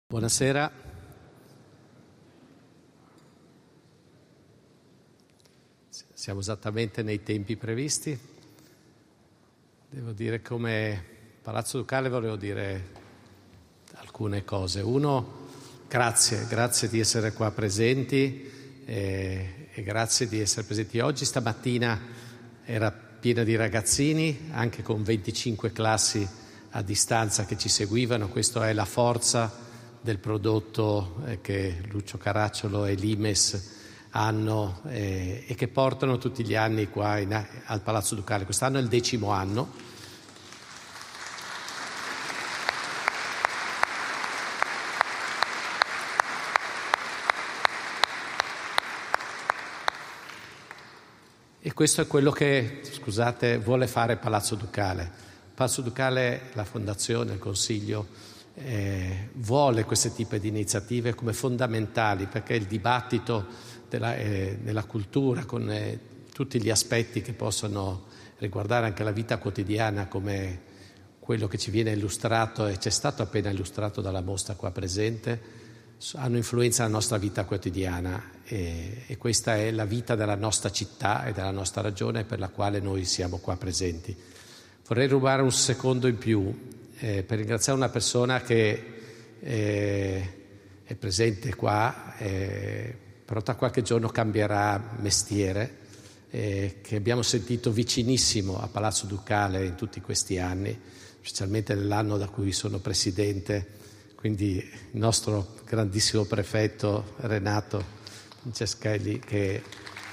Buonasera. Siamo esattamente nei tempi previsti. Devo dire, come Palazzo Ducale volevo dire alcune cose. Uno, grazie di essere qua presenti e grazie di essere presenti oggi. Stamattina era piena di ragazzini, anche con 25 classi a distanza che ci seguivano. Questa è la forza del prodotto che Lucio Caracciolo e l'Imes hanno e che portano tutti gli anni qua al Palazzo Ducale. Quest'anno è il 10° anno. E questo è quello che, vuole fare Palazzo Ducale. Palazzo Ducale, la Fondazione, il Consiglio, vuole queste tipi di iniziative come fondamentali, perché il dibattito della cultura, con tutti gli aspetti che possono riguardare anche la vita quotidiana, come quello che ci viene illustrato e ci è stato appena illustrato dalla mostra qua presente, hanno influenza nella nostra vita quotidiana e questa è la vita della nostra città e della nostra ragione per la quale noi siamo qua presenti. Vorrei rubare un secondo in più per ringraziare una persona che è presente qua, però tra qualche giorno cambierà mestiere, che abbiamo sentito vicinissimo a Palazzo Ducale in tutti questi anni, specialmente nell'anno da cui sono presidente, quindi il nostro grandissimo prefetto Renato Franceschelli, che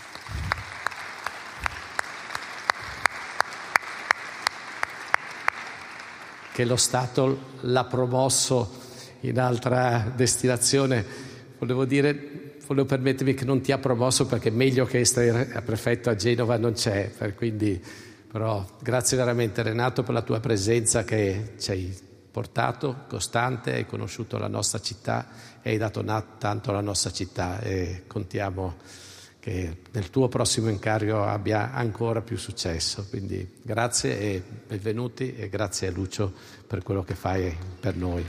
lo Stato l'ha promosso in altra destinazione. Volevo permettermi che non ti ha promosso, perché meglio che essere prefetto a Genova non c'è, però grazie veramente Renato per la tua presenza che ci hai portato, costante, hai conosciuto la nostra città e hai dato tanto alla nostra città e contiamo che nel tuo prossimo incarico abbia ancora più successo. Quindi grazie e benvenuti e grazie a Lucio per quello che fai per noi.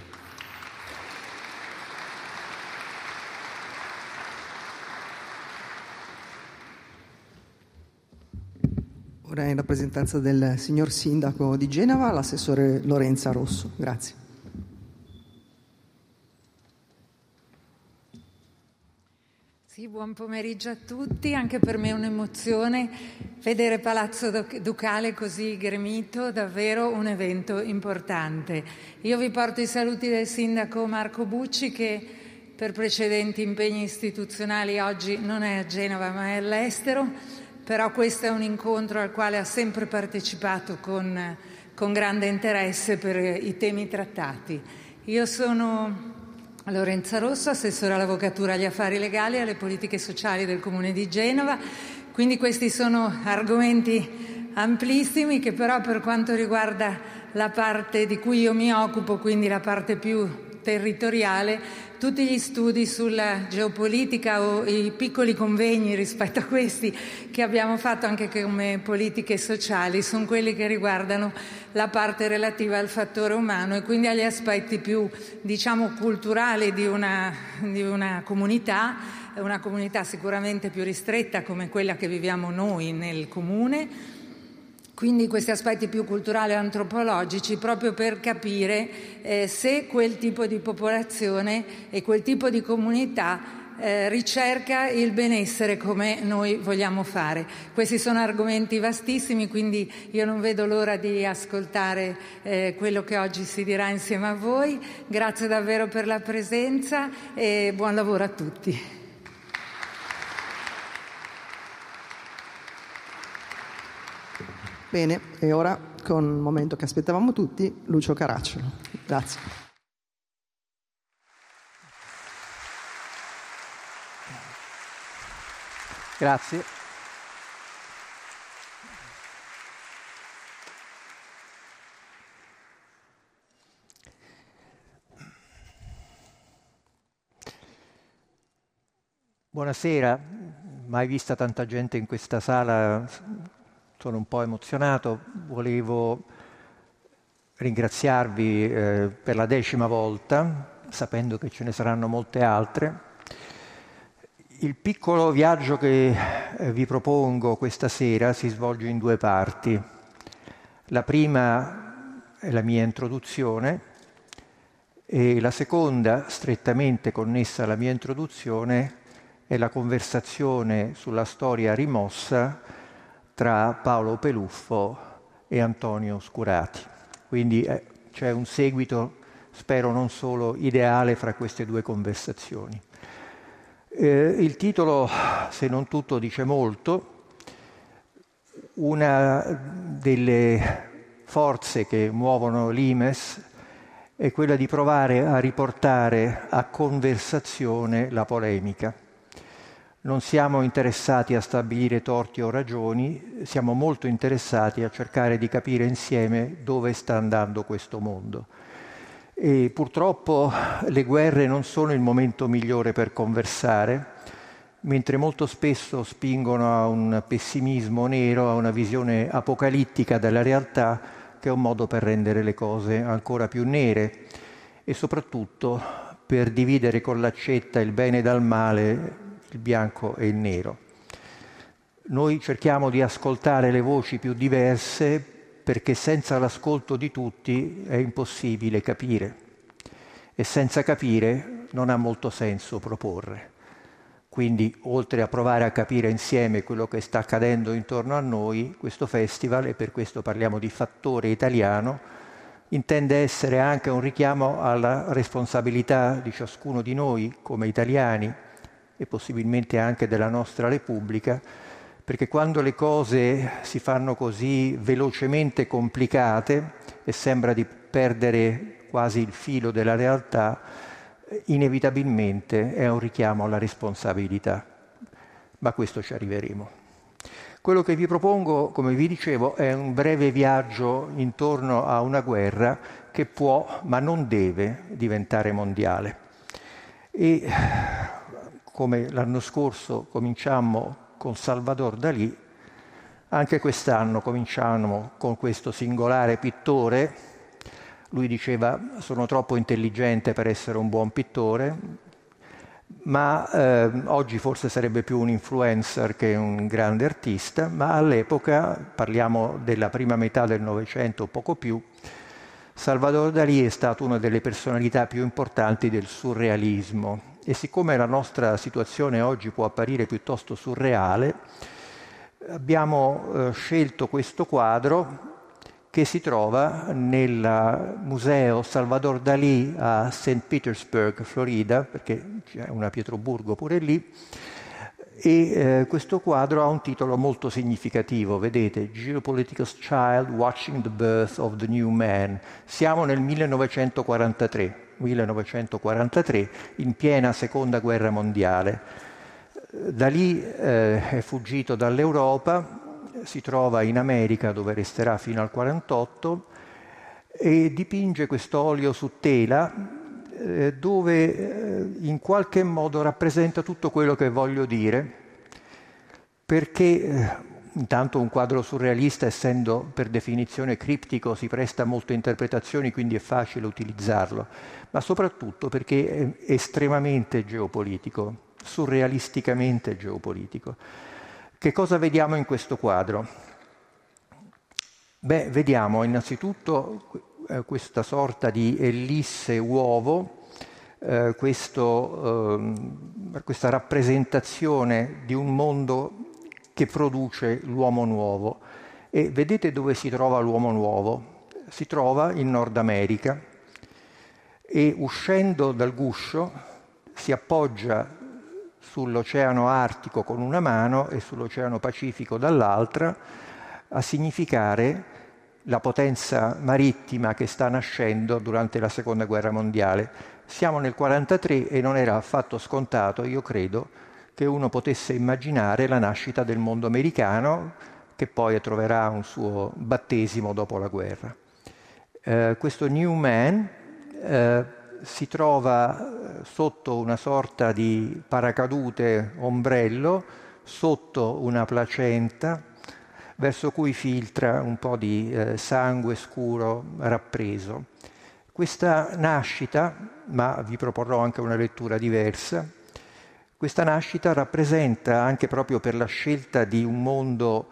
Ora in rappresentanza del signor Sindaco di Genova, l'assessore Lorenza Rosso. Grazie. Sì, buon pomeriggio a tutti. Anche per me è un'emozione vedere Palazzo Ducale così gremito, davvero un evento importante. Io vi porto i saluti del sindaco Marco Bucci, che per precedenti impegni istituzionali oggi non è a Genova ma è all'estero, però questo è un incontro al quale ha sempre partecipato con grande interesse per i temi trattati. Io sono Lorenza Rosso, assessore all'Avvocatura, agli affari legali e alle politiche sociali del Comune di Genova, quindi questi sono argomenti amplissimi che però, per quanto riguarda la parte di cui io mi occupo, quindi la parte più territoriale, tutti gli studi sulla geopolitica o i piccoli convegni rispetto a questi che abbiamo fatto anche come politiche sociali sono quelli che riguardano la parte relativa al fattore umano e quindi agli aspetti più, culturali di una comunità sicuramente più ristretta come quella che viviamo noi nel comune. Quindi questi aspetti più culturali e antropologici, proprio per capire se quel tipo di popolazione e quel tipo di comunità ricerca il benessere come noi vogliamo fare. Questi sono argomenti vastissimi, quindi io non vedo l'ora di ascoltare quello che oggi si dirà insieme a voi. Grazie davvero per la presenza e buon lavoro a tutti. Bene, e ora, con il momento che aspettavamo tutti, Lucio Caracciolo. Grazie. Grazie. Buonasera, mai vista tanta gente in questa sala. Sono un po' emozionato, volevo ringraziarvi per la 10ª volta sapendo che ce ne saranno molte altre. Il piccolo viaggio che vi propongo questa sera si svolge in due parti. La prima è la mia introduzione e la seconda, strettamente connessa alla mia introduzione, è la conversazione sulla storia rimossa tra Paolo Peluffo e Antonio Scurati. Quindi c'è un seguito, spero non solo ideale, fra queste due conversazioni. Il titolo, se non tutto, dice molto. Una delle forze che muovono l'Imes è quella di provare a riportare a conversazione la polemica. Non siamo interessati a stabilire torti o ragioni, siamo molto interessati a cercare di capire insieme dove sta andando questo mondo. E purtroppo le guerre non sono il momento migliore per conversare, mentre molto spesso spingono a un pessimismo nero, a una visione apocalittica della realtà, che è un modo per rendere le cose ancora più nere e soprattutto per dividere con l'accetta il bene dal male, il bianco e il nero. Noi cerchiamo di ascoltare le voci più diverse perché senza l'ascolto di tutti è impossibile capire e senza capire non ha molto senso proporre. Quindi, oltre a provare a capire insieme quello che sta accadendo intorno a noi, questo festival, e per questo parliamo di fattore italiano, intende essere anche un richiamo alla responsabilità di ciascuno di noi come italiani e possibilmente anche della nostra Repubblica, perché quando le cose si fanno così velocemente complicate e sembra di perdere quasi il filo della realtà, inevitabilmente è un richiamo alla responsabilità. Ma a questo ci arriveremo. Quello che vi propongo, come vi dicevo, è un breve viaggio intorno a una guerra che può, ma non deve, diventare mondiale. E come l'anno scorso cominciammo con Salvador Dalì, anche quest'anno cominciamo con questo singolare pittore. Lui diceva: sono troppo intelligente per essere un buon pittore, ma oggi forse sarebbe più un influencer che un grande artista, ma all'epoca, parliamo della prima metà del Novecento o poco più, Salvador Dalì è stato una delle personalità più importanti del surrealismo. E siccome la nostra situazione oggi può apparire piuttosto surreale, abbiamo scelto questo quadro che si trova nel museo Salvador Dalì a St. Petersburg, Florida, perché c'è una Pietroburgo pure lì, e questo quadro ha un titolo molto significativo, vedete, Geopolitical Child Watching the Birth of the New Man. Siamo nel 1943, in piena Seconda Guerra Mondiale. Dalì è fuggito dall'Europa, si trova in America dove resterà fino al 1948 e dipinge quest'olio su tela dove in qualche modo rappresenta tutto quello che voglio dire, perché intanto un quadro surrealista, essendo per definizione criptico, si presta a molte interpretazioni, quindi è facile utilizzarlo, ma soprattutto perché è estremamente geopolitico, surrealisticamente geopolitico. Che cosa vediamo in questo quadro? Beh, vediamo innanzitutto questa sorta di ellisse uovo, questa rappresentazione di un mondo che produce l'uomo nuovo. E vedete dove si trova l'uomo nuovo? Si trova in Nord America e uscendo dal guscio si appoggia sull'Oceano Artico con una mano e sull'Oceano Pacifico dall'altra, a significare la potenza marittima che sta nascendo durante la Seconda Guerra Mondiale. Siamo nel 1943 e non era affatto scontato, io credo, che uno potesse immaginare la nascita del mondo americano, che poi troverà un suo battesimo dopo la guerra. Questo New Man si trova sotto una sorta di paracadute ombrello, sotto una placenta, verso cui filtra un po' di sangue scuro rappreso. Questa nascita ma vi proporrò anche una lettura diversa. Questa nascita rappresenta, anche proprio per la scelta di un mondo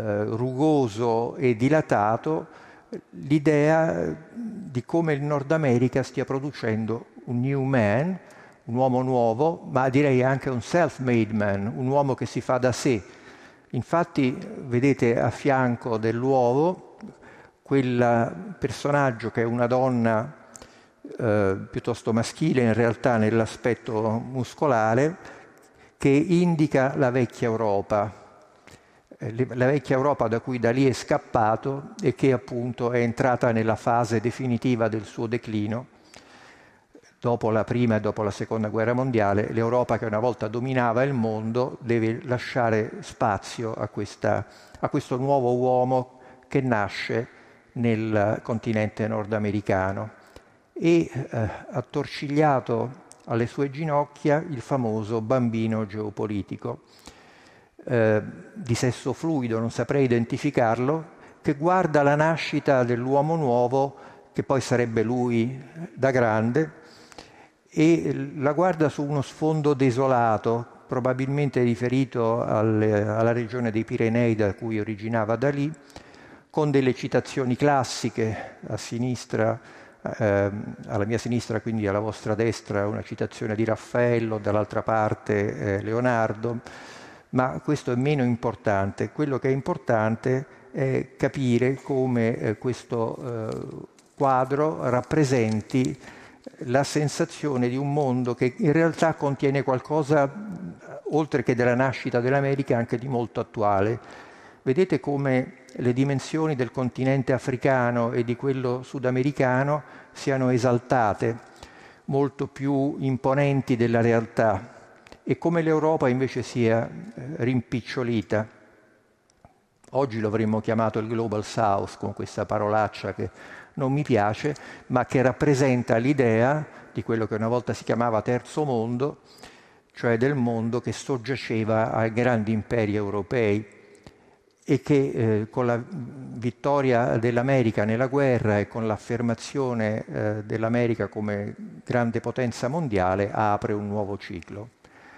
rugoso e dilatato, l'idea di come il Nord America stia producendo un new man, un uomo nuovo, ma direi anche un self-made man, un uomo che si fa da sé. Infatti vedete a fianco dell'uovo quel personaggio che è una donna piuttosto maschile in realtà nell'aspetto muscolare, che indica la vecchia Europa. La vecchia Europa da cui Dalì è scappato e che appunto è entrata nella fase definitiva del suo declino. Dopo la prima e dopo la seconda guerra mondiale, l'Europa che una volta dominava il mondo deve lasciare spazio a questo nuovo uomo che nasce nel continente nordamericano e attorcigliato alle sue ginocchia il famoso bambino geopolitico. Di sesso fluido, non saprei identificarlo, che guarda la nascita dell'uomo nuovo, che poi sarebbe lui da grande, e la guarda su uno sfondo desolato, probabilmente riferito alla regione dei Pirenei da cui originava Dalì, con delle citazioni classiche a sinistra, alla mia sinistra, quindi alla vostra destra, una citazione di Raffaello, dall'altra parte Leonardo. Ma questo è meno importante. Quello che è importante è capire come questo quadro rappresenti la sensazione di un mondo che in realtà contiene qualcosa, oltre che della nascita dell'America, anche di molto attuale. Vedete come le dimensioni del continente africano e di quello sudamericano siano esaltate, molto più imponenti della realtà, e come l'Europa invece sia rimpicciolita. Oggi lo avremmo chiamato il Global South, con questa parolaccia che non mi piace, ma che rappresenta l'idea di quello che una volta si chiamava Terzo Mondo, cioè del mondo che soggiaceva ai grandi imperi europei e che con la vittoria dell'America nella guerra e con l'affermazione dell'America come grande potenza mondiale apre un nuovo ciclo.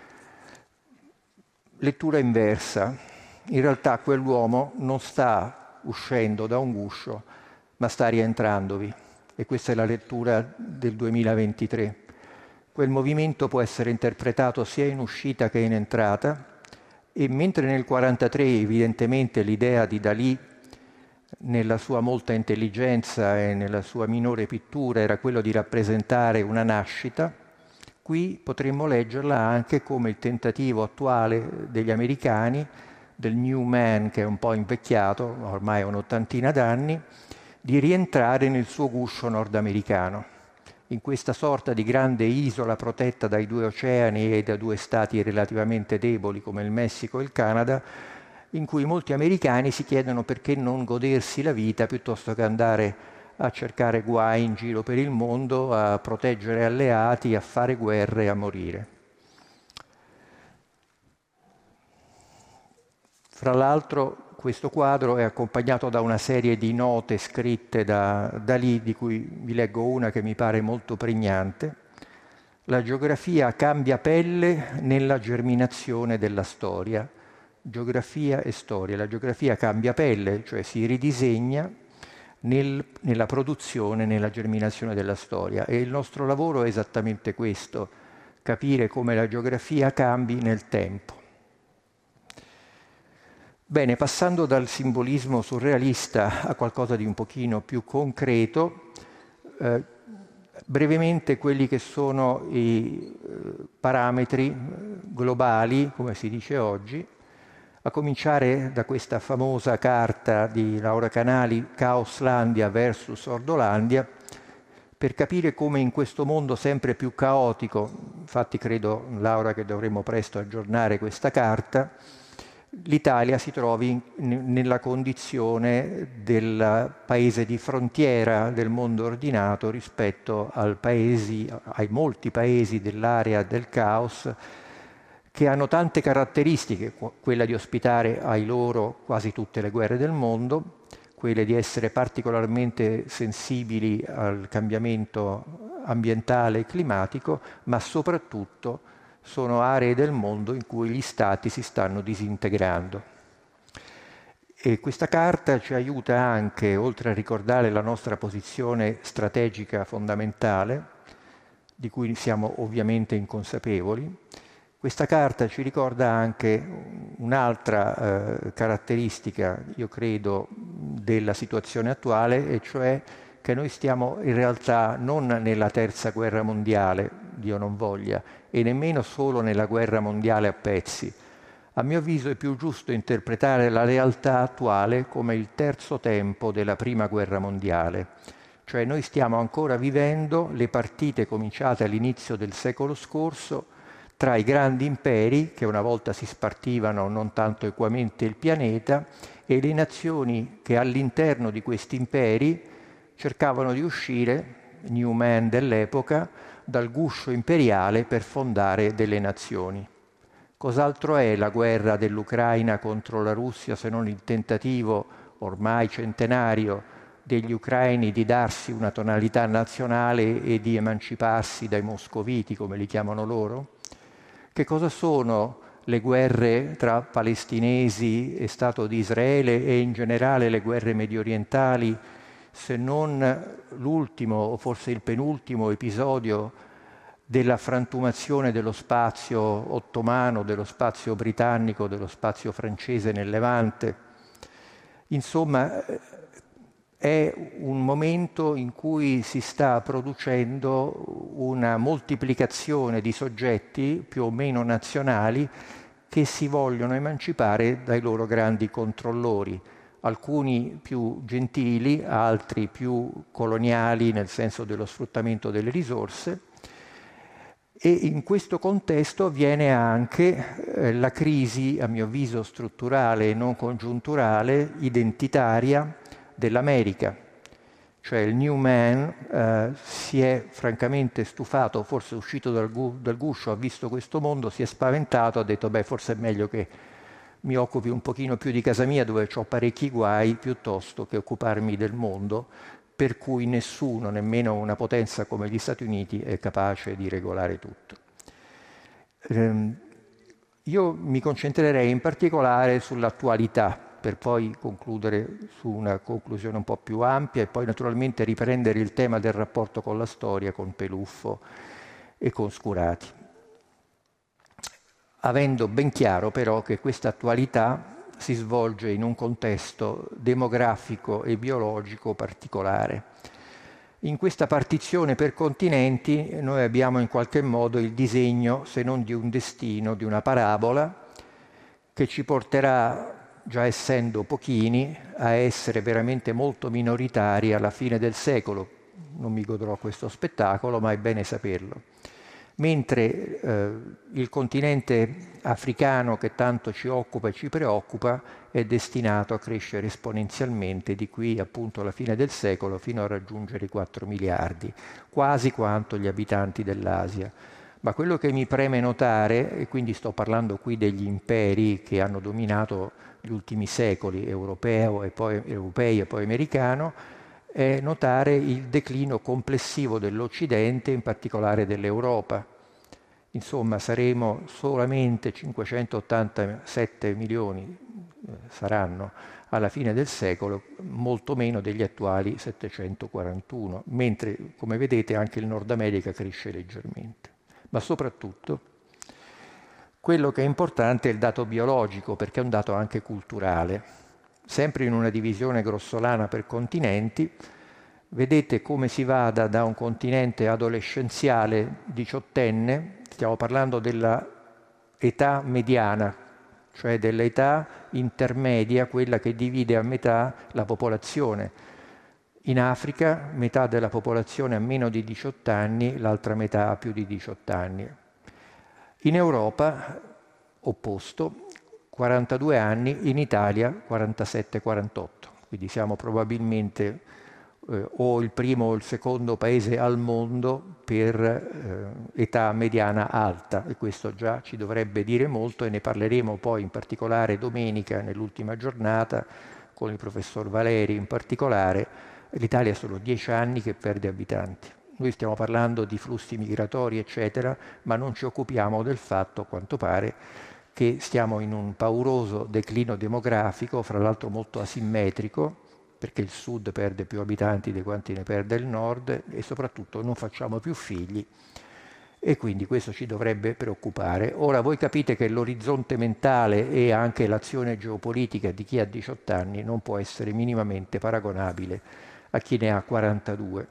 Lettura inversa. In realtà quell'uomo non sta uscendo da un guscio, ma sta rientrandovi. E questa è la lettura del 2023. Quel movimento può essere interpretato sia in uscita che in entrata, e mentre nel 1943 evidentemente l'idea di Dalì, nella sua molta intelligenza e nella sua minore pittura, era quello di rappresentare una nascita, qui potremmo leggerla anche come il tentativo attuale degli americani, del New Man che è un po' invecchiato, ormai ha un'ottantina d'anni, di rientrare nel suo guscio nordamericano, in questa sorta di grande isola protetta dai due oceani e da due stati relativamente deboli come il Messico e il Canada, in cui molti americani si chiedono perché non godersi la vita piuttosto che andare a cercare guai in giro per il mondo, a proteggere alleati, a fare guerre e a morire. Fra l'altro questo quadro è accompagnato da una serie di note scritte da Dalì, di cui vi leggo una che mi pare molto pregnante. La geografia cambia pelle nella germinazione della storia. Geografia e storia. La geografia cambia pelle, cioè si ridisegna nella produzione, nella germinazione della storia. E il nostro lavoro è esattamente questo, capire come la geografia cambi nel tempo. Bene, passando dal simbolismo surrealista a qualcosa di un pochino più concreto, brevemente quelli che sono i parametri globali, come si dice oggi, a cominciare da questa famosa carta di Laura Canali, Caoslandia versus Ordolandia, per capire come in questo mondo sempre più caotico, infatti credo, Laura, che dovremo presto aggiornare questa carta, l'Italia si trovi nella condizione del paese di frontiera del mondo ordinato rispetto ai molti paesi dell'area del caos, che hanno tante caratteristiche, quella di ospitare ai loro quasi tutte le guerre del mondo, quelle di essere particolarmente sensibili al cambiamento ambientale e climatico, ma soprattutto sono aree del mondo in cui gli stati si stanno disintegrando. E questa carta ci aiuta anche, oltre a ricordare la nostra posizione strategica fondamentale, di cui siamo ovviamente inconsapevoli, questa carta ci ricorda anche un'altra caratteristica, io credo, della situazione attuale, e cioè che noi stiamo in realtà non nella terza guerra mondiale, Dio non voglia, e nemmeno solo nella guerra mondiale a pezzi. A mio avviso è più giusto interpretare la realtà attuale come il terzo tempo della prima guerra mondiale. Cioè noi stiamo ancora vivendo le partite cominciate all'inizio del secolo scorso tra i grandi imperi, che una volta si spartivano non tanto equamente il pianeta, e le nazioni che all'interno di questi imperi cercavano di uscire, Newman dell'epoca, dal guscio imperiale per fondare delle nazioni. Cos'altro è la guerra dell'Ucraina contro la Russia se non il tentativo, ormai centenario, degli ucraini di darsi una tonalità nazionale e di emanciparsi dai moscoviti, come li chiamano loro? Che cosa sono le guerre tra palestinesi e Stato di Israele e in generale le guerre mediorientali, se non l'ultimo o forse il penultimo episodio della frantumazione dello spazio ottomano, dello spazio britannico, dello spazio francese nel Levante? Insomma, è un momento in cui si sta producendo una moltiplicazione di soggetti più o meno nazionali che si vogliono emancipare dai loro grandi controllori, alcuni più gentili, altri più coloniali nel senso dello sfruttamento delle risorse. E in questo contesto avviene anche la crisi, a mio avviso strutturale e non congiunturale, identitaria dell'America. Cioè il Newman si è francamente stufato, forse uscito dal guscio, ha visto questo mondo, si è spaventato, ha detto beh, forse è meglio che mi occupi un pochino più di casa mia dove ho parecchi guai, piuttosto che occuparmi del mondo per cui nessuno, nemmeno una potenza come gli Stati Uniti, è capace di regolare tutto. Io mi concentrerei in particolare sull'attualità, per poi concludere su una conclusione un po' più ampia e poi naturalmente riprendere il tema del rapporto con la storia, con Peluffo e con Scurati. Avendo ben chiaro però che questa attualità si svolge in un contesto demografico e biologico particolare. In questa partizione per continenti noi abbiamo in qualche modo il disegno, se non di un destino, di una parabola che ci porterà, già essendo pochini, a essere veramente molto minoritari alla fine del secolo. Non mi godrò questo spettacolo, ma è bene saperlo. Mentre il continente africano, che tanto ci occupa e ci preoccupa, è destinato a crescere esponenzialmente di qui appunto alla fine del secolo fino a raggiungere i 4 miliardi, quasi quanto gli abitanti dell'Asia. Ma quello che mi preme notare, e quindi sto parlando qui degli imperi che hanno dominato gli ultimi secoli, europei e poi americano, è notare il declino complessivo dell'Occidente, in particolare dell'Europa. Insomma, saremo solamente 587 milioni, saranno alla fine del secolo, molto meno degli attuali 741, mentre, come vedete, anche il Nord America cresce leggermente. Ma soprattutto, quello che è importante è il dato biologico, perché è un dato anche culturale. Sempre in una divisione grossolana per continenti, vedete come si vada da un continente adolescenziale diciottenne, stiamo parlando della età mediana, cioè dell'età intermedia, quella che divide a metà la popolazione. In Africa metà della popolazione ha meno di 18 anni, l'altra metà ha più di 18 anni. In Europa, opposto, 42 anni, in Italia 47-48, quindi siamo probabilmente o il primo o il secondo paese al mondo per età mediana alta, e questo già ci dovrebbe dire molto, e ne parleremo poi in particolare domenica nell'ultima giornata con il professor Valeri in particolare. L'Italia sono 10 anni che perde abitanti, Noi stiamo parlando di flussi migratori, eccetera, ma non ci occupiamo del fatto, a quanto pare, che stiamo in un pauroso declino demografico, fra l'altro molto asimmetrico, perché il sud perde più abitanti di quanti ne perde il nord, e soprattutto non facciamo più figli, e quindi questo ci dovrebbe preoccupare. Ora voi capite che l'orizzonte mentale e anche l'azione geopolitica di chi ha 18 anni non può essere minimamente paragonabile a chi ne ha 42.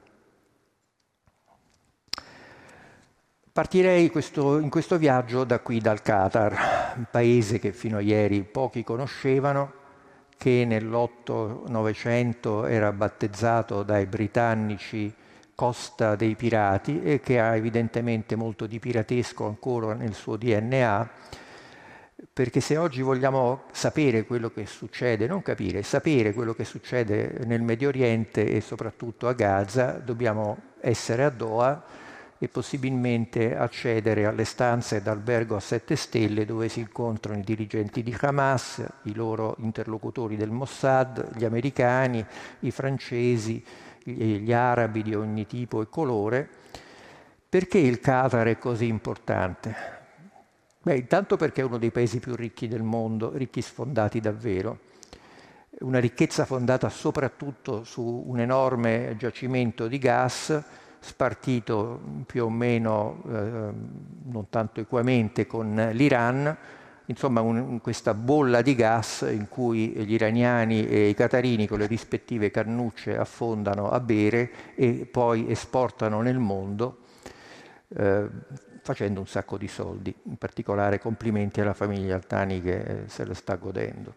Partirei in questo viaggio da qui, dal Qatar, un paese che fino a ieri pochi conoscevano, che nell'8-900 era battezzato dai britannici Costa dei Pirati e che ha evidentemente molto di piratesco ancora nel suo DNA, perché se oggi vogliamo sapere quello che succede, non capire, sapere quello che succede nel Medio Oriente e soprattutto a Gaza, dobbiamo essere a Doha e possibilmente accedere alle stanze d'albergo a 7 stelle dove si incontrano i dirigenti di Hamas, i loro interlocutori del Mossad, gli americani, i francesi, gli arabi di ogni tipo e colore. Perché il Qatar è così importante? Beh, intanto perché è uno dei paesi più ricchi del mondo, ricchi sfondati davvero. Una ricchezza fondata soprattutto su un enorme giacimento di gas, spartito più o meno non tanto equamente con l'Iran, insomma questa bolla di gas in cui gli iraniani e i qatarini con le rispettive cannucce affondano a bere e poi esportano nel mondo facendo un sacco di soldi. In particolare complimenti alla famiglia Altani che se la sta godendo.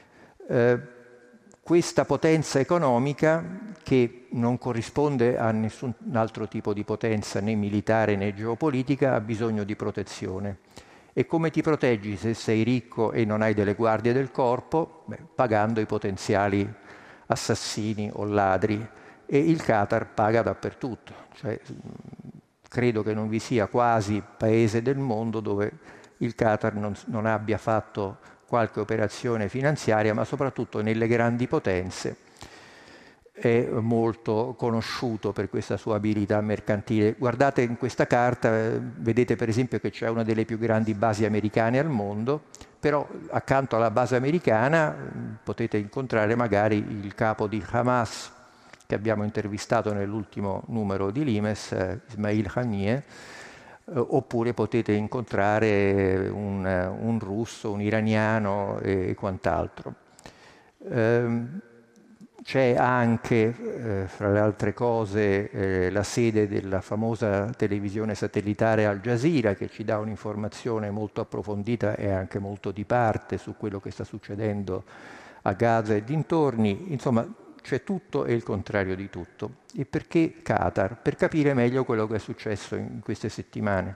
Questa potenza economica, che non corrisponde a nessun altro tipo di potenza né militare né geopolitica, ha bisogno di protezione. E come ti proteggi se sei ricco e non hai delle guardie del corpo? Beh, pagando i potenziali assassini o ladri. E il Qatar paga dappertutto. Cioè, credo che non vi sia quasi paese del mondo dove il Qatar non abbia fatto qualche operazione finanziaria, ma soprattutto nelle grandi potenze è molto conosciuto per questa sua abilità mercantile. Guardate in questa carta, vedete per esempio che c'è una delle più grandi basi americane al mondo, però accanto alla base americana potete incontrare magari il capo di Hamas, che abbiamo intervistato nell'ultimo numero di Limes, Ismail Haniyeh, oppure potete incontrare un russo, un iraniano e quant'altro. C'è anche, fra le altre cose, la sede della famosa televisione satellitare Al Jazeera, che ci dà un'informazione molto approfondita e anche molto di parte su quello che sta succedendo a Gaza e dintorni. Insomma, c'è tutto e il contrario di tutto. E perché Qatar? Per capire meglio quello che è successo in queste settimane.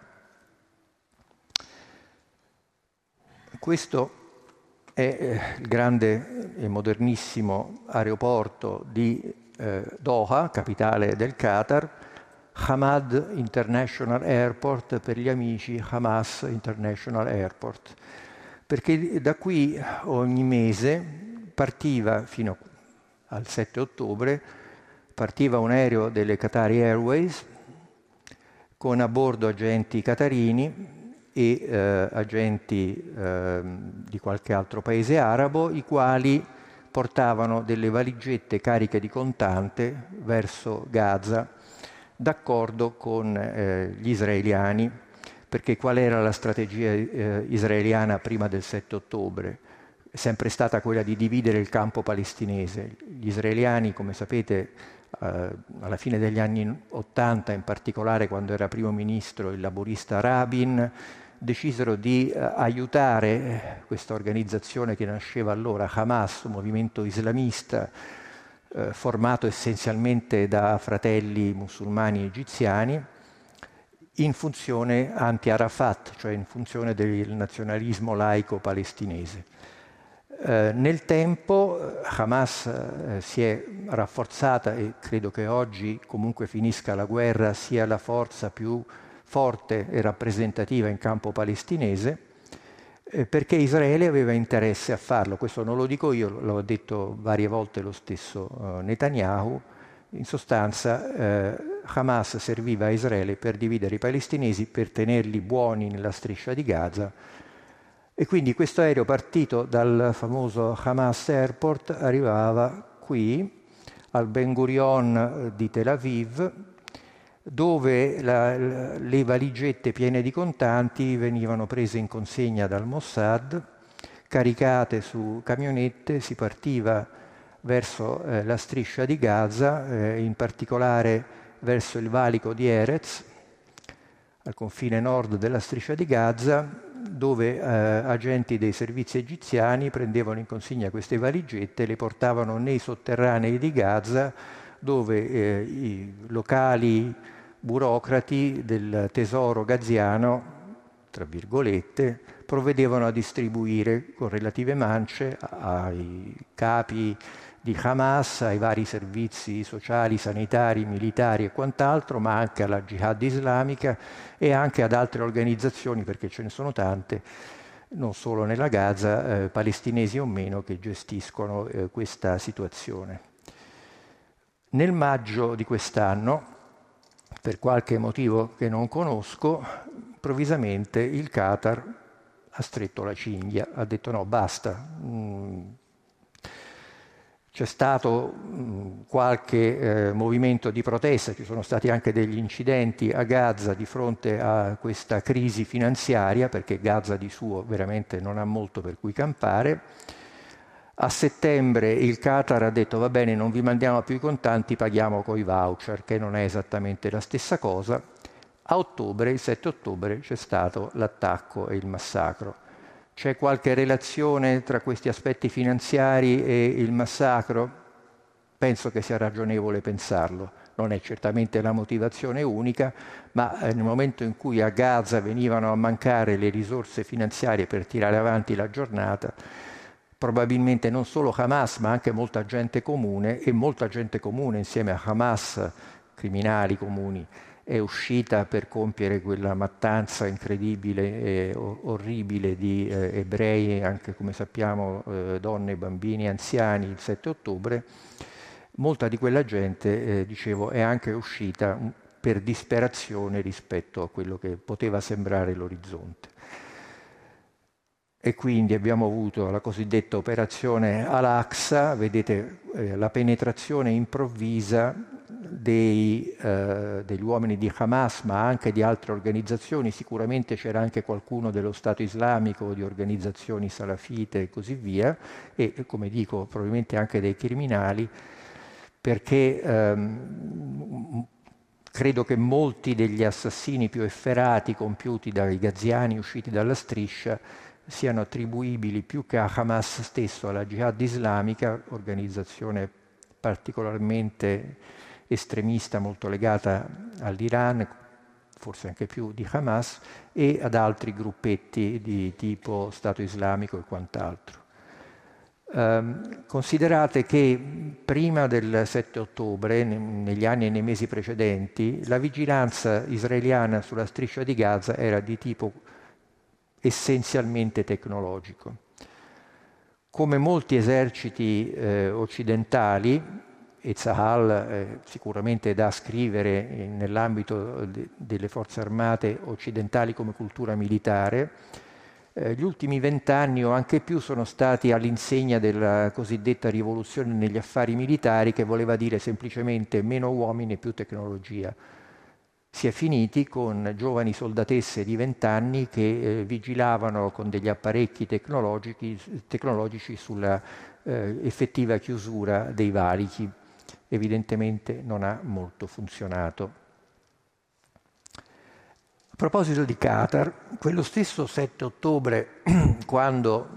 Questo è il grande e modernissimo aeroporto di Doha, capitale del Qatar, Hamad International Airport, per gli amici Hamas International Airport, perché da qui ogni mese partiva fino al 7 ottobre partiva un aereo delle Qatari Airways con a bordo agenti qatarini e agenti di qualche altro paese arabo, i quali portavano delle valigette cariche di contante verso Gaza, d'accordo con gli israeliani, perché qual era la strategia israeliana prima del 7 ottobre? È sempre stata quella di dividere il campo palestinese. Gli israeliani, come sapete, alla fine degli anni 80, in particolare quando era primo ministro il laburista Rabin, decisero di aiutare questa organizzazione che nasceva allora, Hamas, un movimento islamista formato essenzialmente da fratelli musulmani egiziani, in funzione anti-Arafat, cioè in funzione del nazionalismo laico palestinese. Nel tempo Hamas si è rafforzata e credo che oggi, comunque finisca la guerra, sia la forza più forte e rappresentativa in campo palestinese, perché Israele aveva interesse a farlo. Questo non lo dico io, l'ho detto varie volte lo stesso Netanyahu, In sostanza Hamas serviva a Israele per dividere i palestinesi, per tenerli buoni nella striscia di Gaza, e quindi questo aereo, partito dal famoso Hamas Airport, arrivava qui al Ben Gurion di Tel Aviv, dove le valigette piene di contanti venivano prese in consegna dal Mossad, caricate su camionette, si partiva verso la striscia di Gaza, in particolare verso il valico di Erez, al confine nord della striscia di Gaza, dove agenti dei servizi egiziani prendevano in consegna queste valigette e le portavano nei sotterranei di Gaza, dove i locali burocrati del tesoro gaziano, tra virgolette, provvedevano a distribuire con relative mance ai capi di Hamas, ai vari servizi sociali, sanitari, militari e quant'altro, ma anche alla Jihad islamica e anche ad altre organizzazioni, perché ce ne sono tante, non solo nella Gaza, palestinesi o meno, che gestiscono questa situazione. Nel maggio di quest'anno, per qualche motivo che non conosco, improvvisamente il Qatar ha stretto la cinghia, ha detto no, basta. C'è stato qualche movimento di protesta, ci sono stati anche degli incidenti a Gaza di fronte a questa crisi finanziaria, perché Gaza di suo veramente non ha molto per cui campare. A settembre il Qatar ha detto va bene, non vi mandiamo più i contanti, paghiamo coi voucher, che non è esattamente la stessa cosa. A ottobre, il 7 ottobre, c'è stato l'attacco e il massacro. C'è qualche relazione tra questi aspetti finanziari e il massacro? Penso che sia ragionevole pensarlo. Non è certamente la motivazione unica, ma nel momento in cui a Gaza venivano a mancare le risorse finanziarie per tirare avanti la giornata, probabilmente non solo Hamas, ma anche molta gente comune, e molta gente comune insieme a Hamas, criminali comuni, è uscita per compiere quella mattanza incredibile e orribile di ebrei, anche come sappiamo donne, bambini, anziani, il 7 ottobre. Molta di quella gente, dicevo, è anche uscita per disperazione rispetto a quello che poteva sembrare l'orizzonte. E quindi abbiamo avuto la cosiddetta operazione Al-Aqsa, vedete la penetrazione improvvisa degli uomini di Hamas, ma anche di altre organizzazioni. Sicuramente c'era anche qualcuno dello Stato islamico, di organizzazioni salafite e così via, e come dico probabilmente anche dei criminali, perché credo che molti degli assassini più efferati compiuti dai gaziani usciti dalla striscia siano attribuibili più che a Hamas stesso, alla Jihad islamica, organizzazione particolarmente estremista, molto legata all'Iran, forse anche più di Hamas, e ad altri gruppetti di tipo Stato islamico e quant'altro. Considerate che prima del 7 ottobre, negli anni e nei mesi precedenti, la vigilanza israeliana sulla striscia di Gaza era di tipo essenzialmente tecnologico. Come molti eserciti occidentali, e Tzahal sicuramente è da scrivere nell'ambito delle forze armate occidentali come cultura militare, gli ultimi 20 anni o anche più sono stati all'insegna della cosiddetta rivoluzione negli affari militari, che voleva dire semplicemente meno uomini e più tecnologia. Si è finiti con giovani soldatesse di 20 anni che vigilavano con degli apparecchi tecnologici sulla effettiva chiusura dei valichi. Evidentemente non ha molto funzionato. A proposito di Qatar, quello stesso 7 ottobre, quando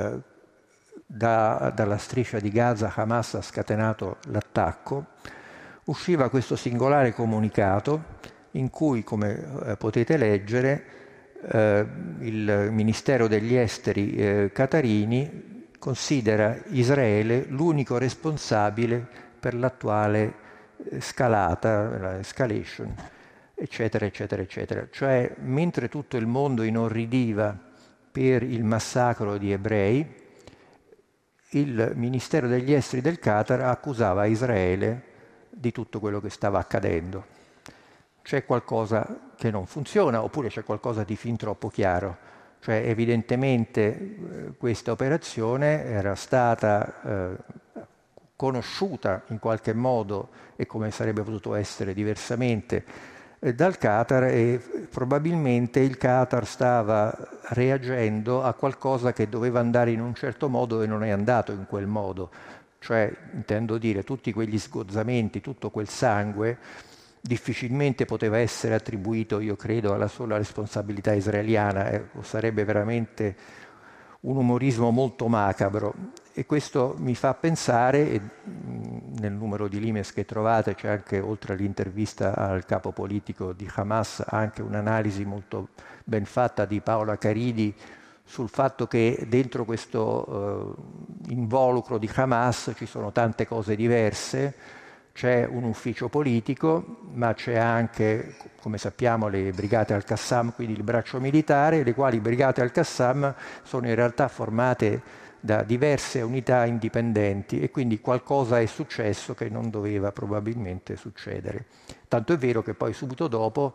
dalla striscia di Gaza Hamas ha scatenato l'attacco, usciva questo singolare comunicato in cui, come potete leggere, il Ministero degli Esteri qatarini considera Israele l'unico responsabile per l'attuale scalata, la escalation, eccetera, eccetera, eccetera. Cioè, mentre tutto il mondo inorridiva per il massacro di ebrei, il Ministero degli Esteri del Qatar accusava Israele di tutto quello che stava accadendo. C'è qualcosa che non funziona, oppure c'è qualcosa di fin troppo chiaro. Cioè evidentemente questa operazione era stata conosciuta in qualche modo, e come sarebbe potuto essere diversamente, dal Qatar, e probabilmente il Qatar stava reagendo a qualcosa che doveva andare in un certo modo e non è andato in quel modo. Cioè, intendo dire, tutti quegli sgozzamenti, tutto quel sangue difficilmente poteva essere attribuito, io credo, alla sola responsabilità israeliana. Sarebbe veramente un umorismo molto macabro, e questo mi fa pensare, e nel numero di Limes che trovate c'è anche, oltre all'intervista al capo politico di Hamas, anche un'analisi molto ben fatta di Paola Caridi sul fatto che dentro questo involucro di Hamas ci sono tante cose diverse. C'è un ufficio politico, ma c'è anche, come sappiamo, le brigate al-Qassam, quindi il braccio militare, le quali brigate al-Qassam sono in realtà formate da diverse unità indipendenti, e quindi qualcosa è successo che non doveva probabilmente succedere. Tanto è vero che poi dopo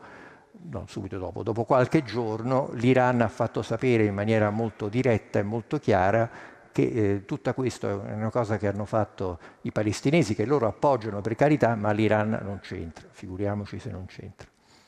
qualche giorno, l'Iran ha fatto sapere in maniera molto diretta e molto chiara che tutta questa è una cosa che hanno fatto i palestinesi, che loro appoggiano per carità, ma l'Iran non c'entra, figuriamoci se non c'entra.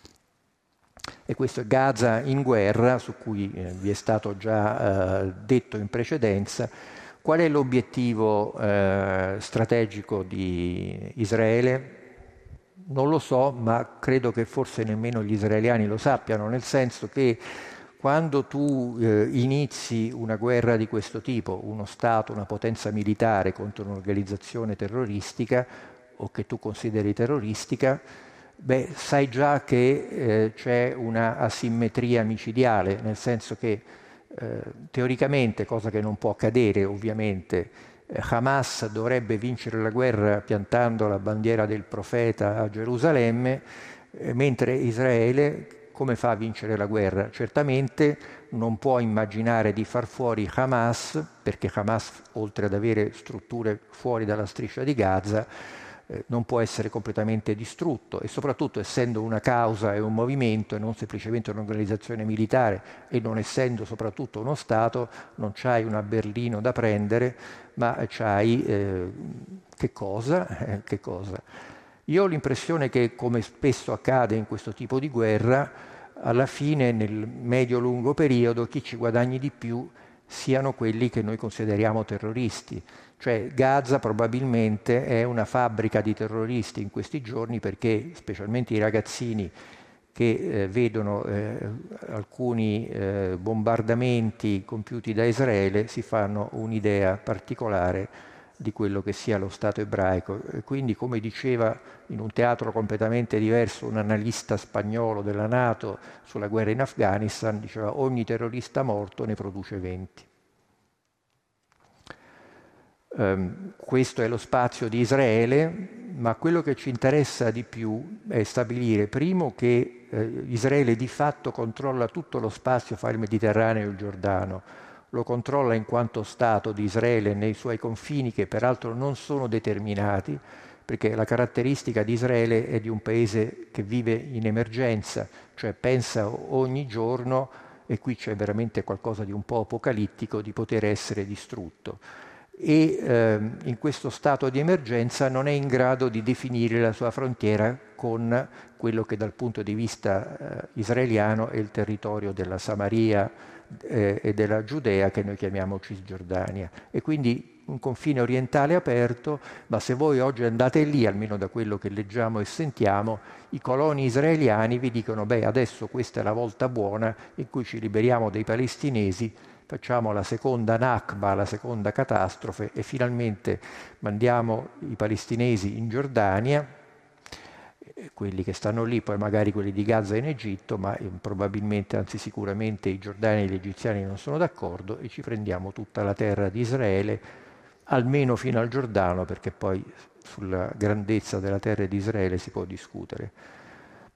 E questo è Gaza in guerra, su cui vi è stato già detto in precedenza. Qual è l'obiettivo strategico di Israele? Non lo so, ma credo che forse nemmeno gli israeliani lo sappiano, nel senso che quando tu inizi una guerra di questo tipo, uno Stato, una potenza militare contro un'organizzazione terroristica o che tu consideri terroristica, sai già che c'è una asimmetria micidiale, nel senso che teoricamente, cosa che non può accadere ovviamente, Hamas dovrebbe vincere la guerra piantando la bandiera del profeta a Gerusalemme, mentre Israele come fa a vincere la guerra? Certamente non può immaginare di far fuori Hamas, perché Hamas, oltre ad avere strutture fuori dalla striscia di Gaza, non può essere completamente distrutto, e soprattutto, essendo una causa e un movimento e non semplicemente un'organizzazione militare, e non essendo soprattutto uno Stato, non c'hai una Berlino da prendere, ma c'hai che cosa? Io ho l'impressione che, come spesso accade in questo tipo di guerra, alla fine, nel medio-lungo periodo, chi ci guadagni di più siano quelli che noi consideriamo terroristi. Cioè Gaza probabilmente è una fabbrica di terroristi in questi giorni, perché specialmente i ragazzini che vedono alcuni bombardamenti compiuti da Israele si fanno un'idea particolare di quello che sia lo Stato ebraico. E quindi, come diceva in un teatro completamente diverso un analista spagnolo della NATO sulla guerra in Afghanistan, diceva: ogni terrorista morto ne produce 20. Questo è lo spazio di Israele, ma quello che ci interessa di più è stabilire, primo, che Israele di fatto controlla tutto lo spazio fra il Mediterraneo e il Giordano. Lo controlla in quanto Stato di Israele nei suoi confini, che peraltro non sono determinati, perché la caratteristica di Israele è di un paese che vive in emergenza, cioè pensa ogni giorno, e qui c'è veramente qualcosa di un po' apocalittico, di poter essere distrutto. E in questo stato di emergenza non è in grado di definire la sua frontiera con quello che dal punto di vista israeliano è il territorio della Samaria e della Giudea, che noi chiamiamo Cisgiordania, e quindi un confine orientale aperto. Ma se voi oggi andate lì, almeno da quello che leggiamo e sentiamo, i coloni israeliani vi dicono: adesso questa è la volta buona in cui ci liberiamo dei palestinesi, facciamo la seconda Nakba, la seconda catastrofe, e finalmente mandiamo i palestinesi in Giordania, quelli che stanno lì, poi magari quelli di Gaza in Egitto, ma probabilmente, anzi sicuramente, i giordani e gli egiziani non sono d'accordo, e ci prendiamo tutta la terra di Israele, almeno fino al Giordano, perché poi sulla grandezza della terra di Israele si può discutere.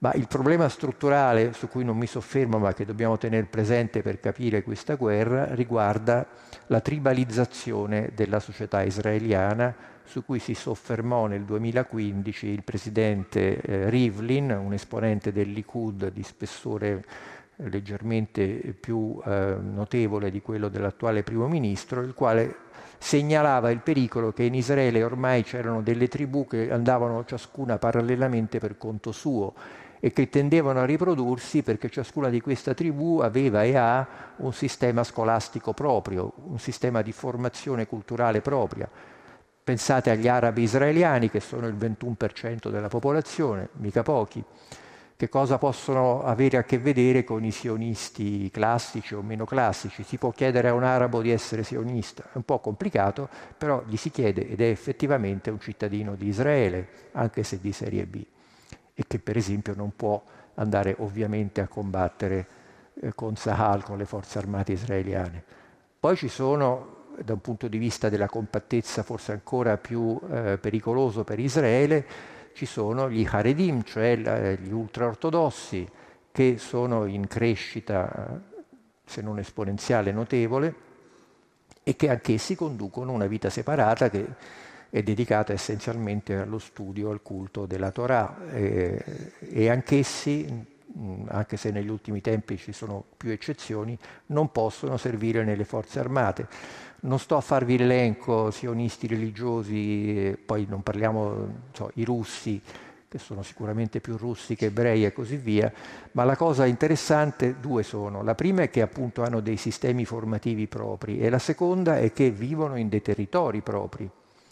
Ma il problema strutturale su cui non mi soffermo, ma che dobbiamo tenere presente per capire questa guerra, riguarda la tribalizzazione della società israeliana, su cui si soffermò nel 2015 il presidente Rivlin, un esponente del Likud di spessore leggermente più notevole di quello dell'attuale primo ministro, il quale segnalava il pericolo che in Israele ormai c'erano delle tribù che andavano ciascuna parallelamente per conto suo e che tendevano a riprodursi perché ciascuna di queste tribù aveva e ha un sistema scolastico proprio, un sistema di formazione culturale propria. Pensate agli arabi israeliani, che sono il 21% della popolazione, mica pochi. Che cosa possono avere a che vedere con i sionisti classici o meno classici? Si può chiedere a un arabo di essere sionista, è un po' complicato, però gli si chiede ed è effettivamente un cittadino di Israele, anche se di serie B, e che per esempio non può andare ovviamente a combattere con Tzahal, con le forze armate israeliane. Poi ci sono, da un punto di vista della compattezza forse ancora più pericoloso per Israele, ci sono gli Haredim, cioè gli ultraortodossi, che sono in crescita, se non esponenziale, notevole, e che anch'essi conducono una vita separata che è dedicata essenzialmente allo studio, al culto della Torah, e anch'essi, anche se negli ultimi tempi ci sono più eccezioni, non possono servire nelle forze armate. Non sto a farvi l'elenco sionisti religiosi, poi non parliamo, i russi, che sono sicuramente più russi che ebrei e così via, ma la cosa interessante, due sono. La prima è che appunto hanno dei sistemi formativi propri e la seconda è che vivono in dei territori propri.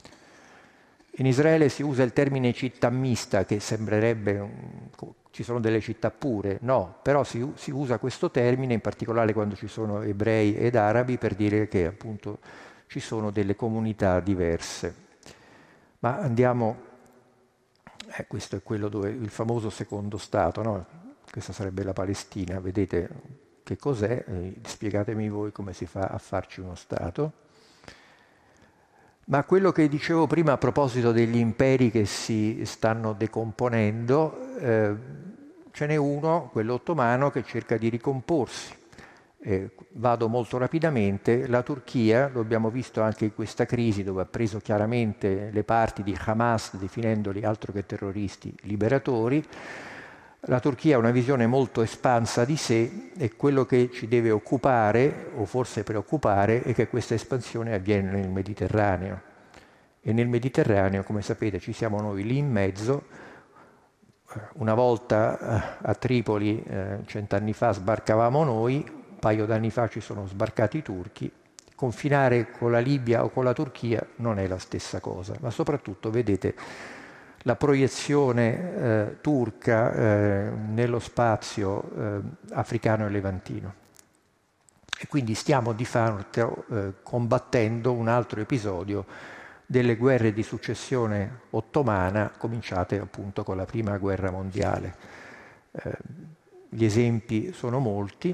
In Israele si usa il termine città mista, che sembrerebbe ci sono delle città pure, no, però si usa questo termine in particolare quando ci sono ebrei ed arabi per dire che appunto ci sono delle comunità diverse. Ma andiamo, questo è quello dove il famoso secondo Stato, no? Questa sarebbe la Palestina, vedete che cos'è, spiegatemi voi come si fa a farci uno Stato. Ma quello che dicevo prima a proposito degli imperi che si stanno decomponendo, ce n'è uno, quello ottomano, che cerca di ricomporsi. Vado molto rapidamente. La Turchia, lo abbiamo visto anche in questa crisi, dove ha preso chiaramente le parti di Hamas, definendoli altro che terroristi, liberatori. La Turchia ha una visione molto espansa di sé e quello che ci deve occupare, o forse preoccupare, è che questa espansione avviene nel Mediterraneo. E nel Mediterraneo, come sapete, ci siamo noi lì in mezzo. Una volta a Tripoli, 100 anni fa, sbarcavamo noi, un paio d'anni fa ci sono sbarcati i turchi. Confinare con la Libia o con la Turchia non è la stessa cosa, ma soprattutto, vedete, la proiezione turca nello spazio africano e levantino. E quindi stiamo di fatto combattendo un altro episodio delle guerre di successione ottomana, cominciate appunto con la Prima Guerra Mondiale. Gli esempi sono molti,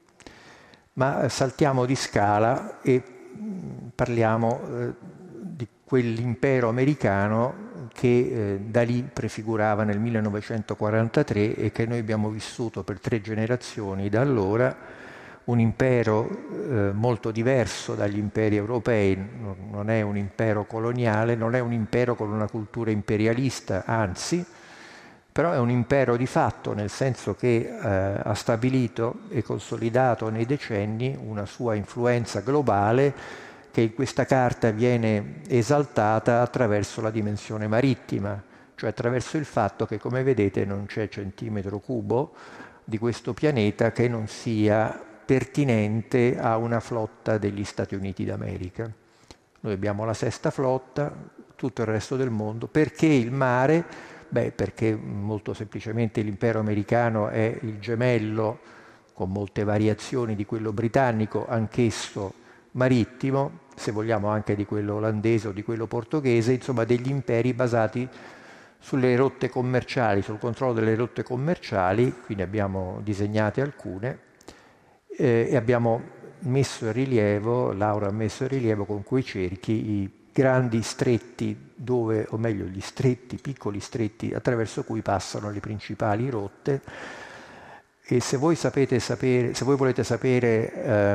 ma saltiamo di scala e parliamo di quell'impero americano che da lì prefigurava nel 1943 e che noi abbiamo vissuto per 3 generazioni da allora, un impero molto diverso dagli imperi europei, non è un impero coloniale, non è un impero con una cultura imperialista, anzi, però è un impero di fatto, nel senso che ha stabilito e consolidato nei decenni una sua influenza globale che in questa carta viene esaltata attraverso la dimensione marittima, cioè attraverso il fatto che, come vedete, non c'è centimetro cubo di questo pianeta che non sia pertinente a una flotta degli Stati Uniti d'America. Noi abbiamo la 6ª flotta, tutto il resto del mondo. Perché il mare? Perché molto semplicemente l'impero americano è il gemello, con molte variazioni, di quello britannico, anch'esso marittimo, se vogliamo anche di quello olandese o di quello portoghese, insomma degli imperi basati sulle rotte commerciali, sul controllo delle rotte commerciali. Qui ne abbiamo disegnate alcune e abbiamo messo in rilievo, Laura ha messo in rilievo con quei cerchi i grandi stretti dove, o meglio gli stretti, piccoli stretti attraverso cui passano le principali rotte. E se voi volete sapere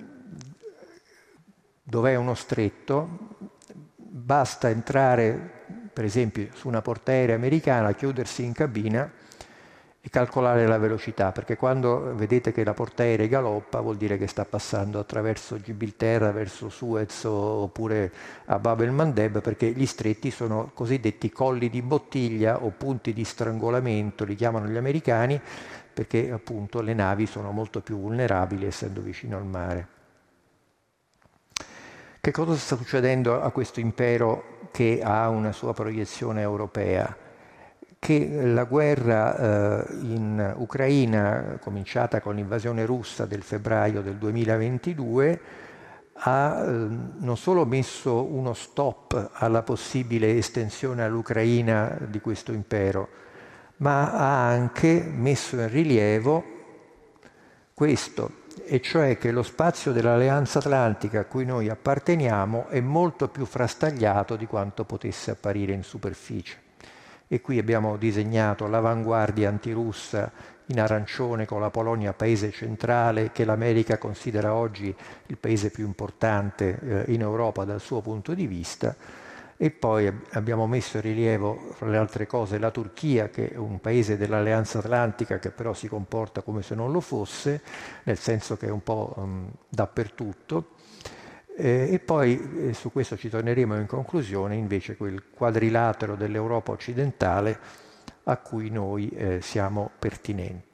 dov'è uno stretto, basta entrare per esempio su una portaerei americana, chiudersi in cabina e calcolare la velocità, perché quando vedete che la portaerei galoppa vuol dire che sta passando attraverso Gibilterra, verso Suez oppure a Bab el-Mandeb, perché gli stretti sono cosiddetti colli di bottiglia o punti di strangolamento, li chiamano gli americani, perché appunto le navi sono molto più vulnerabili essendo vicino al mare. Che cosa sta succedendo a questo impero che ha una sua proiezione europea? Che la guerra in Ucraina, cominciata con l'invasione russa del febbraio del 2022, ha non solo messo uno stop alla possibile estensione all'Ucraina di questo impero, ma ha anche messo in rilievo questo, e cioè che lo spazio dell'Alleanza Atlantica a cui noi apparteniamo è molto più frastagliato di quanto potesse apparire in superficie. E qui abbiamo disegnato l'avanguardia antirussa in arancione con la Polonia paese centrale, che l'America considera oggi il paese più importante in Europa dal suo punto di vista. E poi abbiamo messo in rilievo, fra le altre cose, la Turchia, che è un paese dell'Alleanza Atlantica che però si comporta come se non lo fosse, nel senso che è un po' dappertutto. E poi su questo ci torneremo in conclusione, invece quel quadrilatero dell'Europa occidentale a cui noi siamo pertinenti.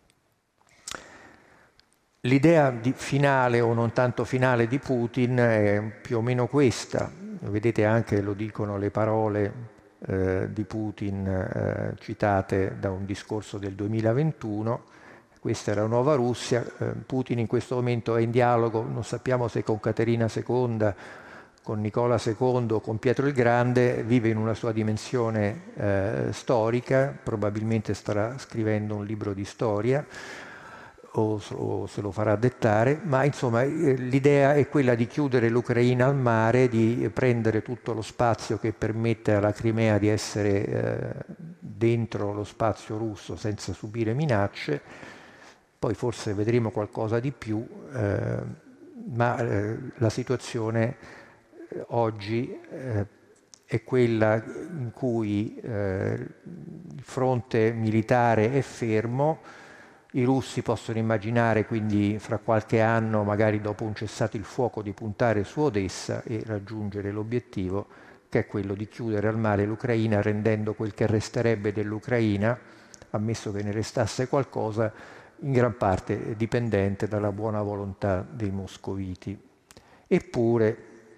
L'idea finale o non tanto finale di Putin è più o meno questa. Vedete anche, lo dicono le parole di Putin citate da un discorso del 2021. Questa è la nuova Russia. Putin in questo momento è in dialogo, non sappiamo se con Caterina II, con Nicola II, con Pietro il Grande, vive in una sua dimensione storica, probabilmente starà scrivendo un libro di storia o se lo farà dettare, ma insomma l'idea è quella di chiudere l'Ucraina al mare, di prendere tutto lo spazio che permette alla Crimea di essere dentro lo spazio russo senza subire minacce. Poi forse vedremo qualcosa di più, ma la situazione oggi è quella in cui il fronte militare è fermo. I russi possono immaginare quindi fra qualche anno, magari dopo un cessato il fuoco, di puntare su Odessa e raggiungere l'obiettivo che è quello di chiudere al mare l'Ucraina, rendendo quel che resterebbe dell'Ucraina, ammesso che ne restasse qualcosa, in gran parte dipendente dalla buona volontà dei moscoviti. Eppure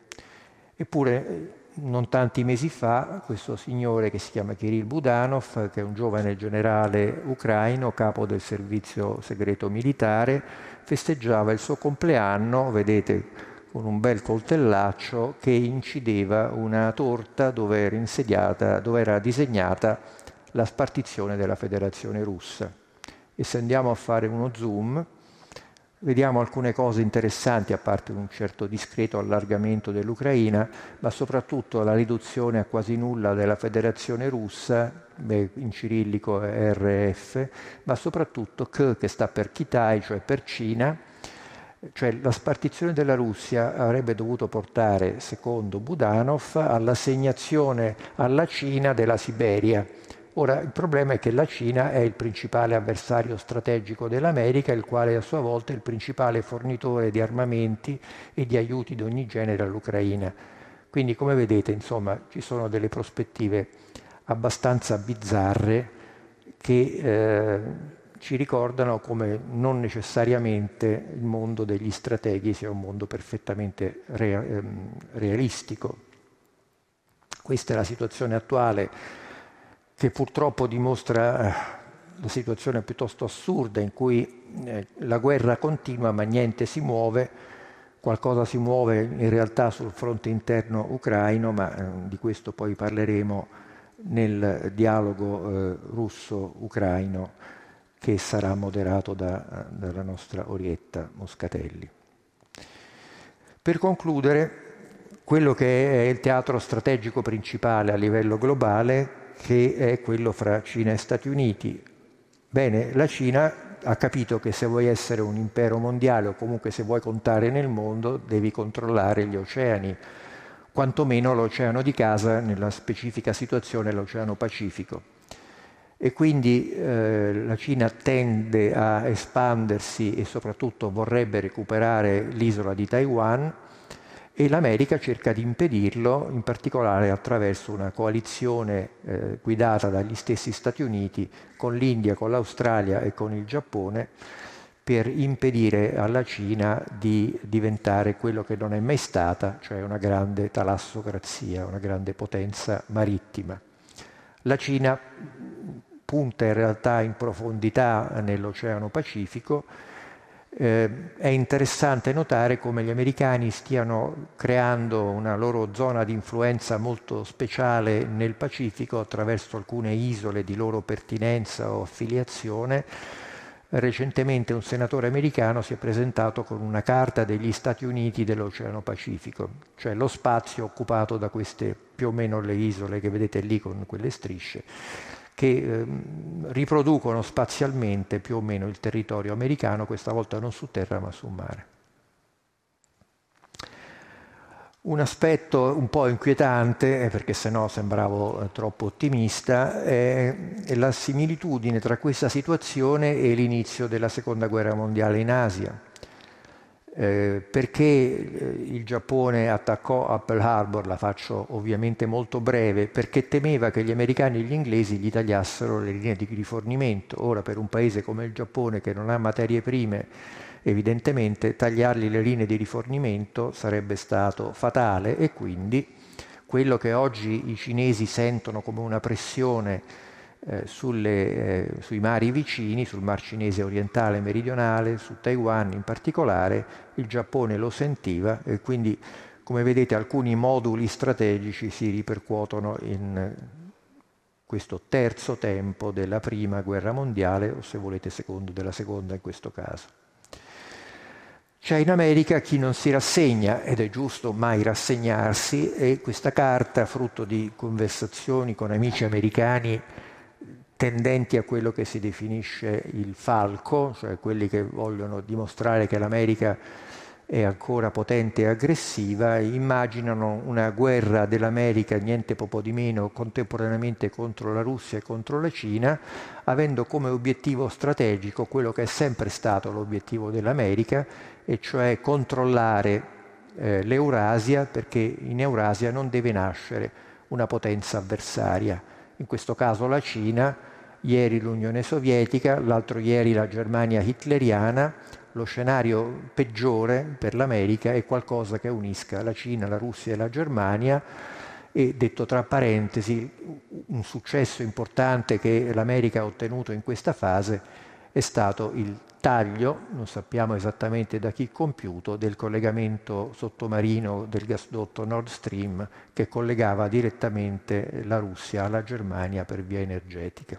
non tanti mesi fa, questo signore che si chiama Kirill Budanov, che è un giovane generale ucraino, capo del servizio segreto militare, festeggiava il suo compleanno, vedete, con un bel coltellaccio che incideva una torta dove era disegnata la spartizione della Federazione Russa. E se andiamo a fare uno zoom, vediamo alcune cose interessanti, a parte un certo discreto allargamento dell'Ucraina, ma soprattutto la riduzione a quasi nulla della Federazione Russa, in cirillico è RF, ma soprattutto che sta per Kitai, cioè per Cina. Cioè la spartizione della Russia avrebbe dovuto portare, secondo Budanov, all'assegnazione alla Cina della Siberia. Ora, il problema è che la Cina è il principale avversario strategico dell'America, il quale a sua volta è il principale fornitore di armamenti e di aiuti di ogni genere all'Ucraina. Quindi, come vedete, insomma, ci sono delle prospettive abbastanza bizzarre che ci ricordano come non necessariamente il mondo degli strateghi sia un mondo perfettamente realistico. Questa è la situazione attuale, che purtroppo dimostra la situazione piuttosto assurda in cui la guerra continua ma niente si muove, qualcosa si muove in realtà sul fronte interno ucraino, ma di questo poi parleremo nel dialogo russo-ucraino che sarà moderato dalla nostra Orietta Moscatelli. Per concludere, quello che è il teatro strategico principale a livello globale, che è quello fra Cina e Stati Uniti. Bene, la Cina ha capito che se vuoi essere un impero mondiale o comunque se vuoi contare nel mondo devi controllare gli oceani, quantomeno l'oceano di casa, nella specifica situazione l'oceano Pacifico. E quindi la Cina tende a espandersi e soprattutto vorrebbe recuperare l'isola di Taiwan, e l'America cerca di impedirlo, in particolare attraverso una coalizione guidata dagli stessi Stati Uniti con l'India, con l'Australia e con il Giappone, per impedire alla Cina di diventare quello che non è mai stata, cioè una grande talassocrazia, una grande potenza marittima. La Cina punta in realtà in profondità nell'Oceano Pacifico. È interessante notare come gli americani stiano creando una loro zona di influenza molto speciale nel Pacifico attraverso alcune isole di loro pertinenza o affiliazione. Recentemente un senatore americano si è presentato con una carta degli Stati Uniti dell'Oceano Pacifico, cioè lo spazio occupato da queste più o meno le isole che vedete lì con quelle strisce, che riproducono spazialmente più o meno il territorio americano, questa volta non su terra ma su mare. Un aspetto un po' inquietante, perché sennò sembravo troppo ottimista, è la similitudine tra questa situazione e l'inizio della Seconda Guerra Mondiale in Asia. Perché il Giappone attaccò a Pearl Harbor, la faccio ovviamente molto breve, perché temeva che gli americani e gli inglesi gli tagliassero le linee di rifornimento. Ora, per un paese come il Giappone che non ha materie prime, evidentemente tagliargli le linee di rifornimento sarebbe stato fatale, e quindi quello che oggi i cinesi sentono come una pressione sui mari vicini, sul Mar Cinese orientale e meridionale, su Taiwan in particolare, il Giappone lo sentiva, e quindi, come vedete, alcuni moduli strategici si ripercuotono in questo terzo tempo della Prima Guerra Mondiale, o se volete della Seconda in questo caso. C'è in America chi non si rassegna, ed è giusto mai rassegnarsi, e questa carta, frutto di conversazioni con amici americani tendenti a quello che si definisce il falco, cioè quelli che vogliono dimostrare che l'America è ancora potente e aggressiva, immaginano una guerra dell'America niente poco di meno contemporaneamente contro la Russia e contro la Cina, avendo come obiettivo strategico quello che è sempre stato l'obiettivo dell'America, e cioè controllare l'Eurasia, perché in Eurasia non deve nascere una potenza avversaria, in questo caso la Cina, ieri l'Unione Sovietica, l'altro ieri la Germania hitleriana. Lo scenario peggiore per l'America è qualcosa che unisca la Cina, la Russia e la Germania, e, detto tra parentesi, un successo importante che l'America ha ottenuto in questa fase è stato il taglio, non sappiamo esattamente da chi compiuto, del collegamento sottomarino del gasdotto Nord Stream che collegava direttamente la Russia alla Germania per via energetica.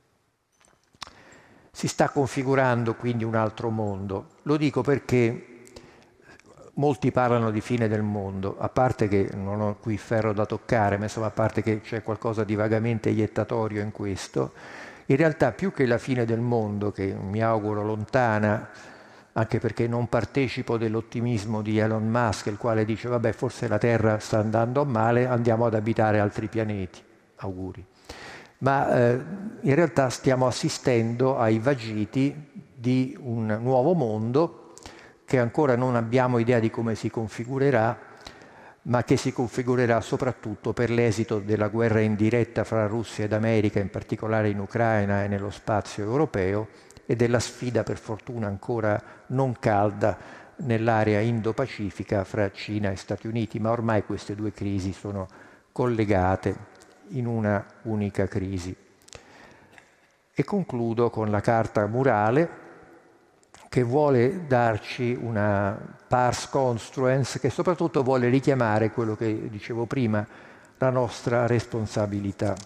Si sta configurando quindi un altro mondo. Lo dico perché molti parlano di fine del mondo, a parte che non ho qui ferro da toccare, ma insomma, a parte che c'è qualcosa di vagamente iettatorio in questo. In realtà, più che la fine del mondo, che mi auguro lontana, anche perché non partecipo dell'ottimismo di Elon Musk, il quale dice vabbè, forse la Terra sta andando a male, andiamo ad abitare altri pianeti. Auguri. Ma in realtà stiamo assistendo ai vagiti di un nuovo mondo che ancora non abbiamo idea di come si configurerà, ma che si configurerà soprattutto per l'esito della guerra indiretta fra Russia ed America, in particolare in Ucraina e nello spazio europeo, e della sfida, per fortuna ancora non calda, nell'area Indo-Pacifica fra Cina e Stati Uniti, ma ormai queste due crisi sono collegate in una unica crisi. E concludo con la carta murale, che vuole darci una pars construens, che soprattutto vuole richiamare quello che dicevo prima, la nostra responsabilità.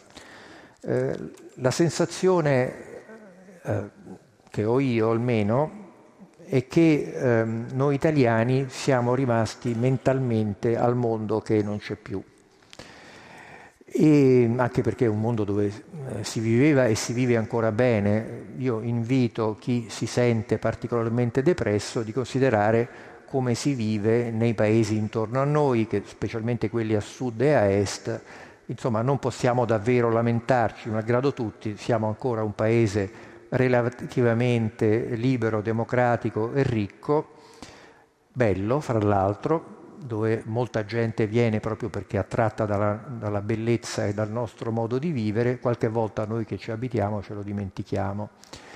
La sensazione che ho io almeno è che noi italiani siamo rimasti mentalmente al mondo che non c'è più. E anche perché è un mondo dove si viveva e si vive ancora bene. Io invito chi si sente particolarmente depresso di considerare come si vive nei paesi intorno a noi, che specialmente quelli a sud e a est. Insomma, non possiamo davvero lamentarci, malgrado tutti, siamo ancora un paese relativamente libero, democratico e ricco, bello fra l'altro, dove molta gente viene proprio perché è attratta dalla bellezza e dal nostro modo di vivere. Qualche volta noi che ci abitiamo ce lo dimentichiamo.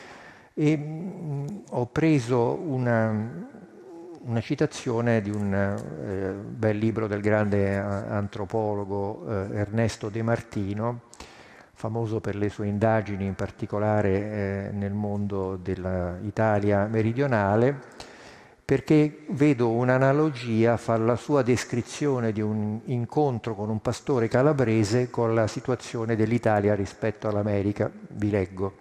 E ho preso una citazione di un bel libro del grande antropologo Ernesto De Martino, famoso per le sue indagini in particolare nel mondo dell'Italia meridionale, perché vedo un'analogia fra la sua descrizione di un incontro con un pastore calabrese con la situazione dell'Italia rispetto all'America. Vi leggo.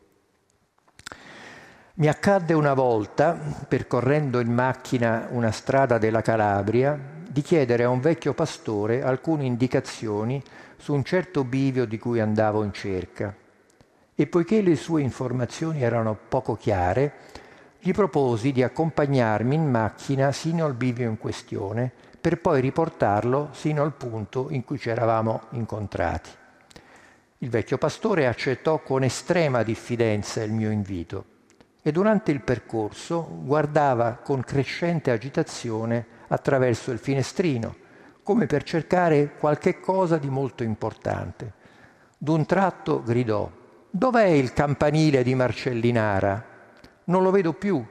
Mi accadde una volta, percorrendo in macchina una strada della Calabria, di chiedere a un vecchio pastore alcune indicazioni su un certo bivio di cui andavo in cerca. E poiché le sue informazioni erano poco chiare, gli proposi di accompagnarmi in macchina sino al bivio in questione, per poi riportarlo sino al punto in cui ci eravamo incontrati. Il vecchio pastore accettò con estrema diffidenza il mio invito e durante il percorso guardava con crescente agitazione attraverso il finestrino, come per cercare qualche cosa di molto importante. D'un tratto gridò: «Dov'è il campanile di Marcellinara? Non lo vedo più».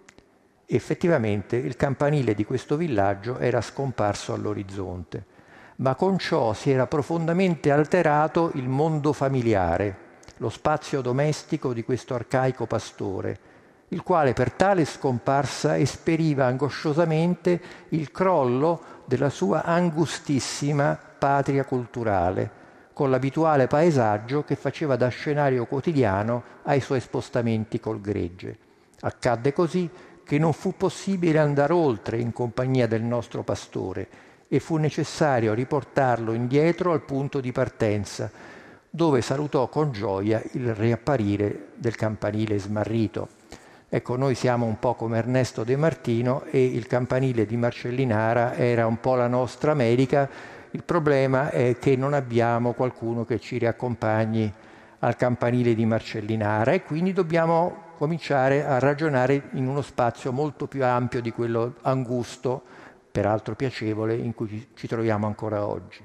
Effettivamente il campanile di questo villaggio era scomparso all'orizzonte, ma con ciò si era profondamente alterato il mondo familiare, lo spazio domestico di questo arcaico pastore, il quale per tale scomparsa esperiva angosciosamente il crollo della sua angustissima patria culturale, con l'abituale paesaggio che faceva da scenario quotidiano ai suoi spostamenti col gregge. Accadde così che non fu possibile andare oltre in compagnia del nostro pastore e fu necessario riportarlo indietro al punto di partenza, dove salutò con gioia il riapparire del campanile smarrito. Ecco, noi siamo un po' come Ernesto De Martino e il campanile di Marcellinara era un po' la nostra America. Il problema è che non abbiamo qualcuno che ci riaccompagni al campanile di Marcellinara e quindi dobbiamo cominciare a ragionare in uno spazio molto più ampio di quello angusto, peraltro piacevole, in cui ci troviamo ancora oggi.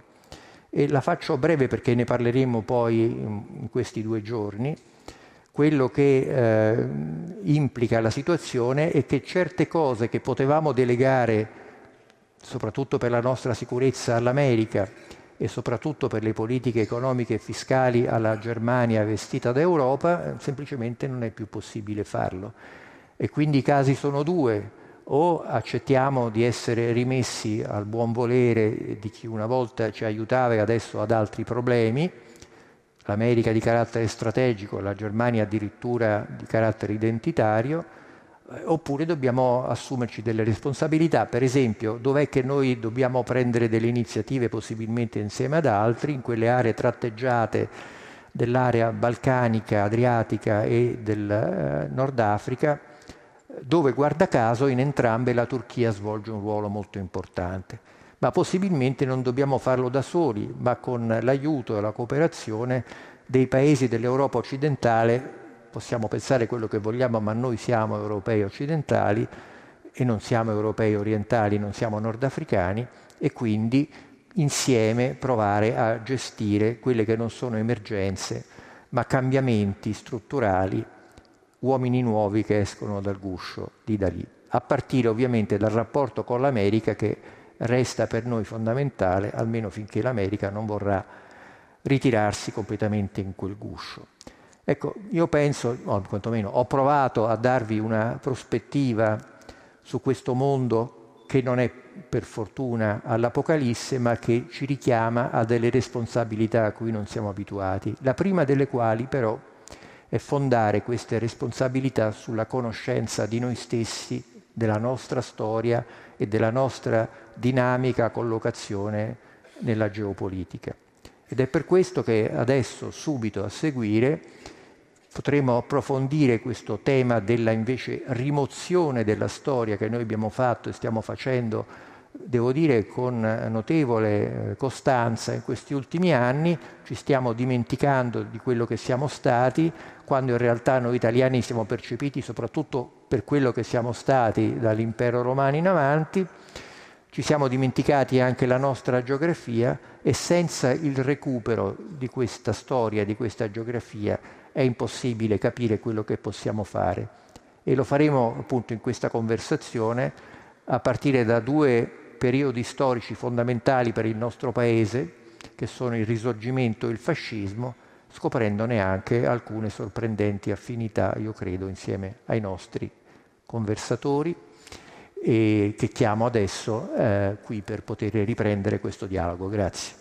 E la faccio breve perché ne parleremo poi in questi 2 giorni. Quello che implica la situazione è che certe cose che potevamo delegare, soprattutto per la nostra sicurezza, all'America e soprattutto per le politiche economiche e fiscali alla Germania vestita da Europa, semplicemente non è più possibile farlo. E quindi i casi sono 2: o accettiamo di essere rimessi al buon volere di chi una volta ci aiutava e adesso ha altri problemi, l'America di carattere strategico, la Germania addirittura di carattere identitario, oppure dobbiamo assumerci delle responsabilità. Per esempio, dov'è che noi dobbiamo prendere delle iniziative possibilmente insieme ad altri in quelle aree tratteggiate dell'area balcanica, adriatica e del Nord Africa, dove guarda caso in entrambe la Turchia svolge un ruolo molto importante. Ma possibilmente non dobbiamo farlo da soli, ma con l'aiuto e la cooperazione dei paesi dell'Europa occidentale. Possiamo pensare quello che vogliamo, ma noi siamo europei occidentali e non siamo europei orientali, non siamo nordafricani, e quindi insieme provare a gestire quelle che non sono emergenze, ma cambiamenti strutturali, uomini nuovi che escono dal guscio di Dalì, a partire ovviamente dal rapporto con l'America, che resta per noi fondamentale, almeno finché l'America non vorrà ritirarsi completamente in quel guscio. Ecco, io penso, o quantomeno ho provato a darvi una prospettiva su questo mondo che non è per fortuna all'Apocalisse, ma che ci richiama a delle responsabilità a cui non siamo abituati. La prima delle quali però e fondare queste responsabilità sulla conoscenza di noi stessi, della nostra storia e della nostra dinamica collocazione nella geopolitica. Ed è per questo che adesso, subito a seguire, potremo approfondire questo tema della invece rimozione della storia che noi abbiamo fatto e stiamo facendo, devo dire, con notevole costanza in questi ultimi anni. Ci stiamo dimenticando di quello che siamo stati, quando in realtà noi italiani siamo percepiti soprattutto per quello che siamo stati dall'impero romano in avanti. Ci siamo dimenticati anche la nostra geografia, e senza il recupero di questa storia, di questa geografia, è impossibile capire quello che possiamo fare. E lo faremo appunto in questa conversazione a partire da due periodi storici fondamentali per il nostro Paese, che sono il Risorgimento e il fascismo, scoprendone anche alcune sorprendenti affinità, io credo, insieme ai nostri conversatori, e che chiamo adesso qui per poter riprendere questo dialogo. Grazie.